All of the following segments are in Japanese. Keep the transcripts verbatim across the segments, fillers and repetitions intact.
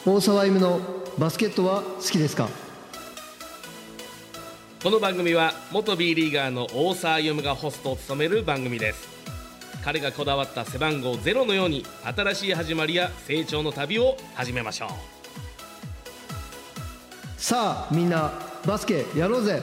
大沢歩のバスケットは好きですか？ この番組は元 B リーガーの大沢歩がホストを務める番組です。彼がこだわった背番号ゼロのように新しい始まりや成長の旅を始めましょう。 さあみんなバスケやろうぜ。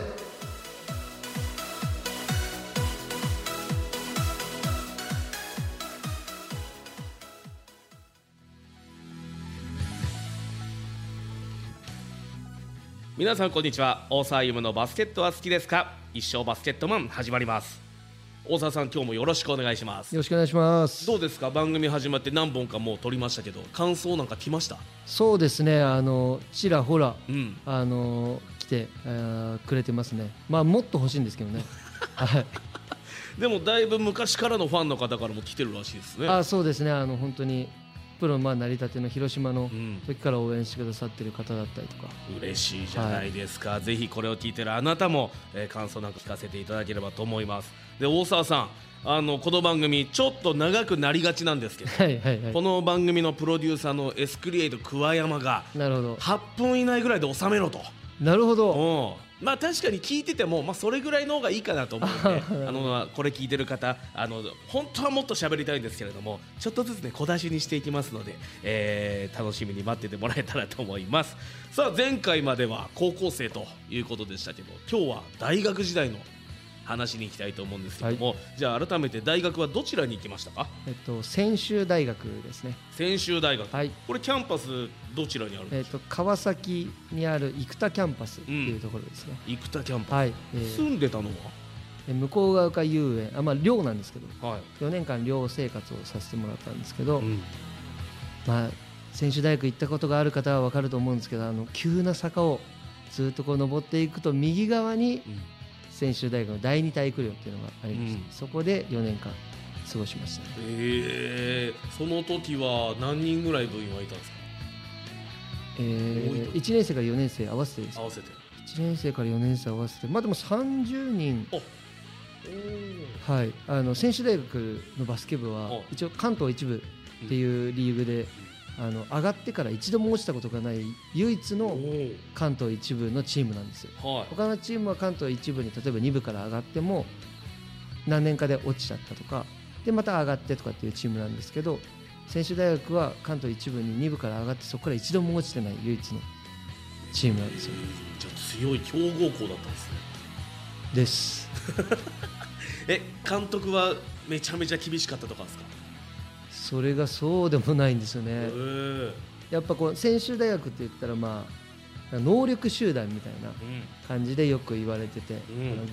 皆さんこんにちは。大沢歩のバスケットは好きですか？一生バスケットマン始まります。大沢さん、今日もよろしくお願いします。 よろしくお願いします。 どうですか？番組始まって何本かもう撮りましたけど、感想なんか来ました？ そうですね、あのちらほら、 うん、 あの来て、えー、くれてますね。まあもっと欲しいんですけどねはいでもだいぶ昔からのファンの方からも来てるらしいですね。 あ、そうですね、あの本当にプロまあ成り立ての広島の時から応援してくださってる方だったりとか、 うん、嬉しいじゃないですか、はい、ぜひこれを聞いてるあなたも、えー、感想なんか聞かせていただければと思います。で、大沢さん、あのこの番組ちょっと長くなりがちなんですけど、 はいはいはい、 この番組のプロデューサーのエスクリエイト桑山がなるほどはっぷん以内ぐらいで収めろと。 なるほど。 うん、まあ確かに聞いてても、まあ、それぐらいの方がいいかなと思うんであのこれ聞いてる方、あの本当はもっと喋りたいんですけれども、ちょっとずつね小出しにしていきますので、えー、楽しみに待っててもらえたらと思います。さあ、前回までは高校生ということでしたけど、今日は大学時代の話に行きたいと思うんですけども、はい、じゃあ改めて大学はどちらに行きましたか？ えっと専修大学ですね。 専修大学、はい、これキャンパスどちらにあるんですか？ えっと川崎にある生田キャンパスっていうところですね、 うん、生田キャンパス、 はい、えー、住んでたのは向こうが丘遊園、あ、まあ寮なんですけど、 はい、 よねんかん寮生活をさせてもらったんですけど、うん、まあ専修大学行ったことがある方は分かると思うんですけど、あの急な坂をずっとこう登っていくと右側に、うん、専修大学の第二体育寮っていうのがありまして、うん、そこでよねんかん過ごしました、ね。 えー、その時は何人ぐらい部員はいたんですか？ えー、いちねん生からよねん生合わせてです、 合わせていちねん生からよねん生合わせて、まあでもさんじゅうにん、はい、あの専修大学のバスケ部は一応関東一部っていうリーグで、あの上がってから一度も落ちたことがない唯一の関東一部のチームなんですよ、はい、他のチームは関東一部に例えばに部から上がっても何年かで落ちちゃったとかでまた上がってとかっていうチームなんですけど、専修大学は関東一部にに部から上がってそこから一度も落ちてない唯一のチームなんですよ。 じゃあ強い強豪校だったんですね。 ですえ、監督はめちゃめちゃ厳しかったとかですか？ それがそうでもないんですよね。やっぱこう専修大学って言ったら、まあ能力集団みたいな感じでよく言われてて、うん、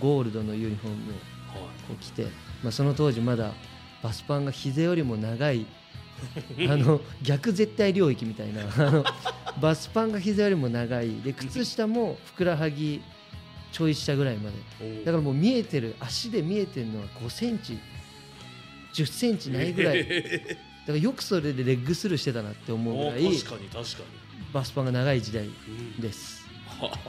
ゴールドのユニフォームをこう着て、まあ、その当時まだバスパンが膝よりも長いあの逆絶対領域みたいなあのバスパンが膝よりも長いで、靴下もふくらはぎちょい下ぐらいまでだからもう見えてる足で見えてるのはごセンチじゅっセンチないぐらいだからよくそれでレッグスルーしてたなって思うぐらい確かに確かにバスパンが長い時代です、 うん、はい、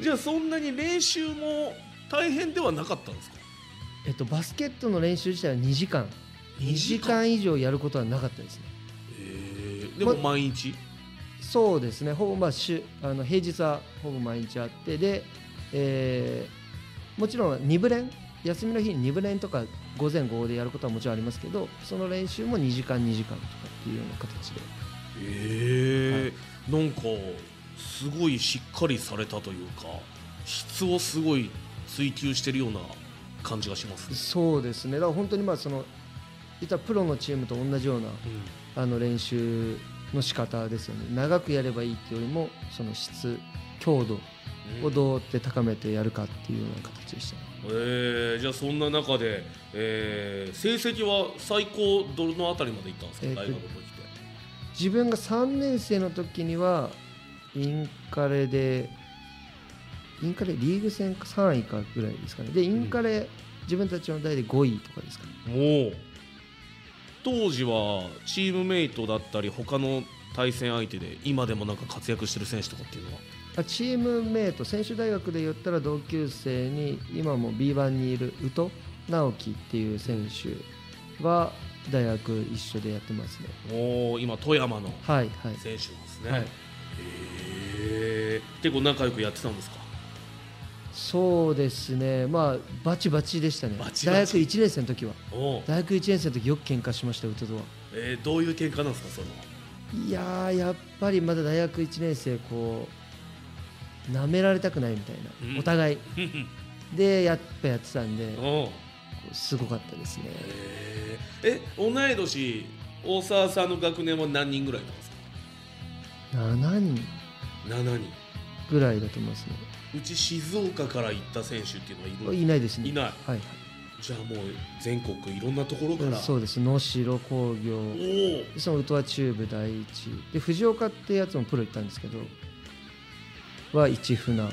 じゃあそんなに練習も大変ではなかったんですか？ えっと、バスケットの練習自体はにじかんにじかん以上やることはなかったですね。 えー、でも毎日、ま、 そうですね、ほぼまあ週あの平日はほぼ毎日あってで、えー、もちろんに部練休みの日にに部練とか午前午後でやることはもちろんありますけど、その練習もにじかんにじかんとかっていうような形で、 えーはい、なんかすごいしっかりされたというか質をすごい追求してるような感じがしますね。 そうですね、だから本当にまあそのいったプロのチームと同じような、うん、あの練習の仕方ですよね。長くやればいいっていうよりもその質強度をどうやって高めてやるかっていうような形でした、ね。 うん、えー、じゃあそんな中で、えー、成績は最高どのあたりまでいったんですか？えー、大学の時って。 自分がさんねん生の時にはインカレでインカレリーグ戦さんいかぐらいですかね。でインカレ、うん、自分たちの代でごいとかですかね。 お当時はチームメイトだったり他の対戦相手で今でもなんか活躍してる選手とかっていうのは？ チームメイト専修大学で言ったら同級生に今も ビーワン にいる宇都直樹っていう選手は大学一緒でやってますね。 おお、今富山のはいはい選手なんですね。 はい、 へえ、結構仲良くやってたんですか？ そうですね、まあバチバチでしたね。 バチバチ大学いちねん生の時はお大学いちねん生の時よく喧嘩しましたよ、宇多とは。 えー、どういう喧嘩なんですかそれは？ いやー、やっぱりまだ大学いちねん生、こう舐められたくないみたいな、 うん、 お互いでやっぱやってたんで、 おすごかったですね。 えー、え同い年大沢さんの学年は何人ぐらいなんですか？ ななにんしちにんぐらいだと思いますね。 うち静岡から行った選手っていうのはいる？ いないですね。 いない。 はいはい、 じゃあもう全国いろんなところから。 そうです。能代工業、 おその宇都は中部第一で、藤岡ってやつもプロ行ったんですけどは市船とか、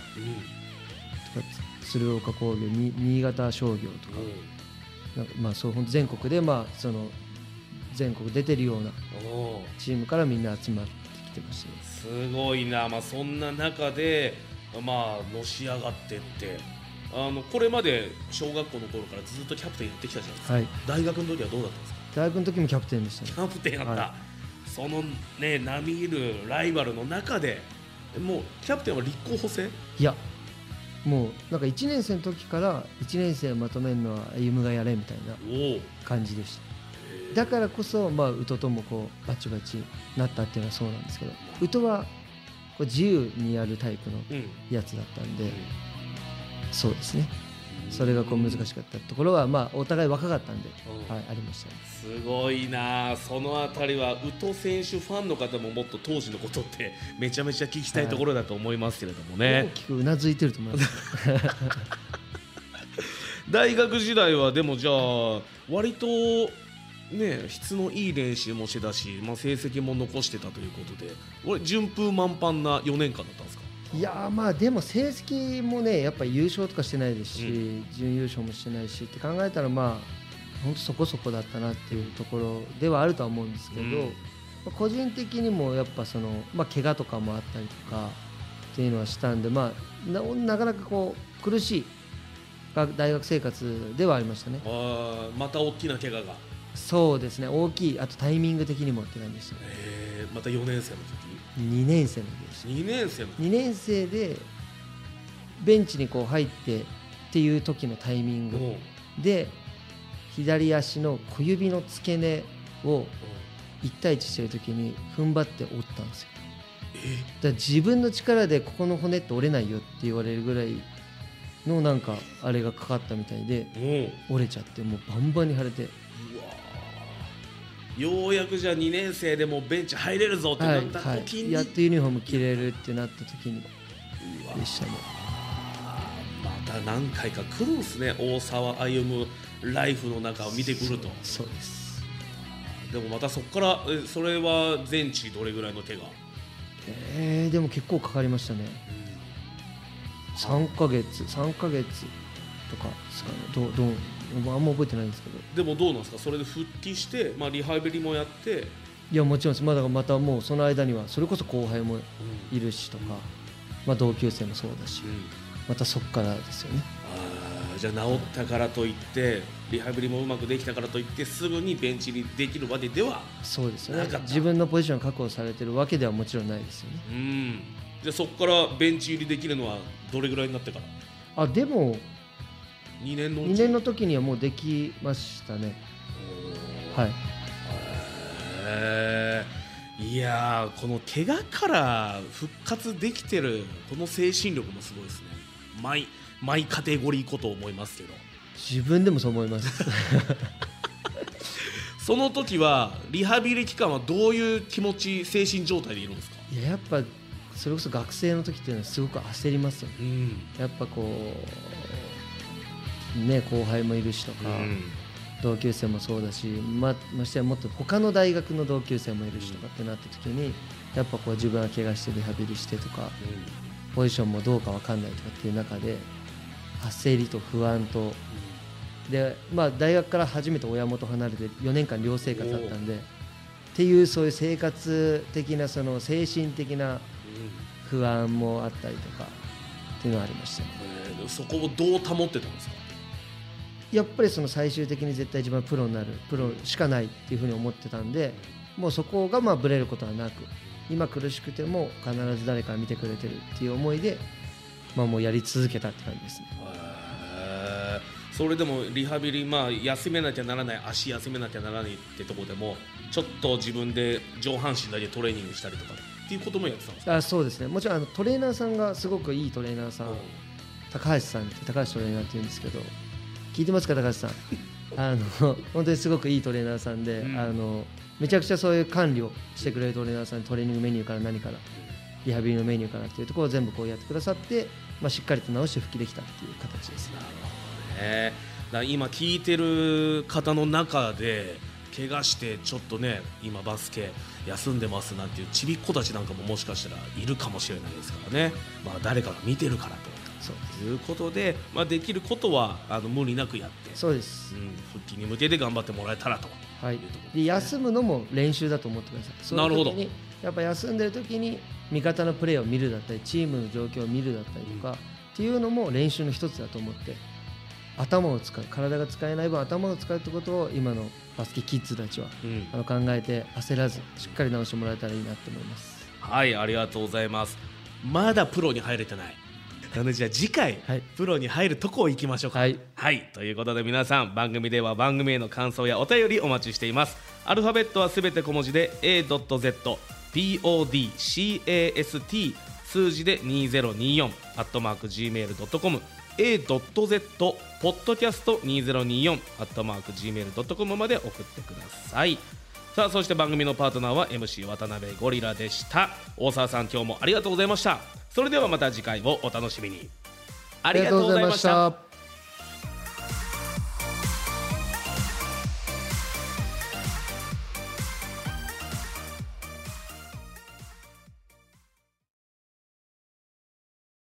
鶴岡工業、に新潟商業とか、なんかまあそう本当全国で、まあその全国出てるようなチームからみんな集まってきてましたね。 すごいな。まあそんな中でまあのし上がってって、あのこれまで小学校の頃からずっとキャプテンやってきたじゃないですか、 はい、 大学の時はどうだったんですか？ 大学の時もキャプテンでしたね。 キャプテンやった、はい、そのね並みいるライバルの中でもうキャプテンは立候補制？ いや、もうなんかいちねん生の時からいちねん生をまとめるのは歩夢がやれみたいな感じでした。だからこそ、まあ、宇都ともこうバチバチなったっていうのはそうなんですけど、宇都はこう自由にやるタイプのやつだったんで、うん、そうですね、それがこう難しかったところは、まあ、お互い若かったんで、うん、はい、ありましたね。 すごいな。そのあたりは宇都選手ファンの方ももっと当時のことってめちゃめちゃ聞きたいところだと思いますけれどもね、はい、 大きくうなずいてると思います大学時代はでもじゃあ割とね、質のいい練習もしてたし、まあ、成績も残してたということで、俺順風満帆なよねんかんだったんですか？ いやまあでも成績もねやっぱり優勝とかしてないですし、うん、準優勝もしてないしって考えたら、まあ本当そこそこだったなっていうところではあるとは思うんですけど、うん、まあ、個人的にもやっぱその、まあ、怪我とかもあったりとかっていうのはしたんで、まあ、な, なかなかこう苦しい大学生活ではありましたね。 あ、また大きな怪我が。 そうですね、大きい、あとタイミング的にもって感じでしたね。 えー、またよねん生の時？ にねん生の時でした。 にねん生の時にねん生でベンチにこう入ってっていう時のタイミングで左足の小指の付け根をいち対いちしてる時に踏ん張って折ったんですよ。 えー、 だから自分の力でここの骨って折れないよって言われるぐらいのなんかあれがかかったみたいで折れちゃって、もうバンバンに腫れて、 ようやくじゃあにねん生でもベンチ入れるぞってなった時に、はいはい、 やっとユニフォーム着れるってなった時にでしたね。 また何回か来るんですね、大沢歩夢ライフの中を見てくると。 そ, そうです。 でもまたそこからそれは全治どれぐらいの怪我？ えー、でも結構かかりましたね、うん、さんかげつさんかげつとかですかね。どうどうあんま覚えてないんですけど。 でもどうなんですか、それで復帰して、まあ、リハビリもやって。 いやもちろんです。まあ、だからまたもうその間にはそれこそ後輩もいるしとか、うん、まあ、同級生もそうだし、うん、またそこからですよね。 あ、じゃあ治ったからといってリハビリもうまくできたからといってすぐにベンチ入りできるわけではそうですよね。自分のポジション確保されてるわけではもちろんないですよね。 うん。じゃあそこからベンチ入りできるのはどれぐらいになってから？ あ、でもにねんのうちにねんの時にはもうできましたね。はい。 へー、いやー、この怪我から復活できてるこの精神力もすごいですね。マイマイカテゴリーこと思いますけど。 自分でもそう思いますその時はリハビリ期間はどういう気持ち、精神状態でいるんですか？ いや、やっぱそれこそ学生の時っていうのはすごく焦りますよね、うん、やっぱこうね、後輩もいるしとか、うん、同級生もそうだし、ま、ましてやもっと他の大学の同級生もいるしとかってなった時に、やっぱこう自分は怪我してリハビリしてとか、うん、ポジションもどうか分かんないとかっていう中で焦りと不安と、うん、で、まあ、大学から初めて親元離れてよねんかん寮生活だったんでっていう、そういう生活的なその精神的な不安もあったりとかっていうのはありましたね。 えー、そこをどう保ってたんですか？ やっぱりその最終的に絶対自分はプロになる、プロしかないっていうふうに思ってたんで、もうそこがまあブレることはなく、今苦しくても必ず誰か見てくれてるっていう思いで、まあ、もうやり続けたって感じですね。 へー、それでもリハビリ、まあ、休めなきゃならない、足休めなきゃならないってところでもちょっと自分で上半身だけトレーニングしたりとかっていうこともやってたんですか？ あ、そうですね、もちろんあのトレーナーさんがすごくいいトレーナーさん、高橋さんって、高橋トレーナーって言うんですけど、聞いてますか高橋さんあの本当にすごくいいトレーナーさんで、うん、あのめちゃくちゃそういう管理をしてくれるトレーナーさん、トレーニングメニューから何からリハビリのメニューからっていうところを全部こうやってくださって、まあ、しっかりと直して復帰できたっていう形ですね。 なるほどね。だ今聞いてる方の中で怪我してちょっとね今バスケ休んでますなんていうちびっ子たちなんかももしかしたらいるかもしれないですからね、まあ、誰かが見てるからとそういうことで、まあ、できることはあの無理なくやって、 そうです、 うん、復帰に向けて頑張ってもらえたらと、 はい、で休むのも練習だと思ってください。そういう時になるほど。 やっぱ休んでる時に味方のプレーを見るだったりチームの状況を見るだったりとか、うん、っていうのも練習の一つだと思って、頭を使う、体が使えない分頭を使うってことを今のバスケキッズたちは、うん、あの考えて焦らずしっかり直してもらえたらいいなと思います。 はい、ありがとうございます。まだプロに入れてないなので、じゃあ次回、はい、プロに入るとこを行きましょうか。はい、はい、ということで皆さん、番組では番組への感想やお便りお待ちしています。アルファベットはすべて小文字で エードットゼットピーオーディーシーエーエスティー 数字でにせんにじゅうよんアットマーク ジーメールドットコム エードットゼット ポッドキャストにせんにじゅうよんアットマーク ジーメールドットコム まで送ってください。さあ、そして番組のパートナーは エムシー 渡辺ゴリラでした。大沢さん、今日もありがとうございました。それではまた次回をお楽しみに。ありがとうございました。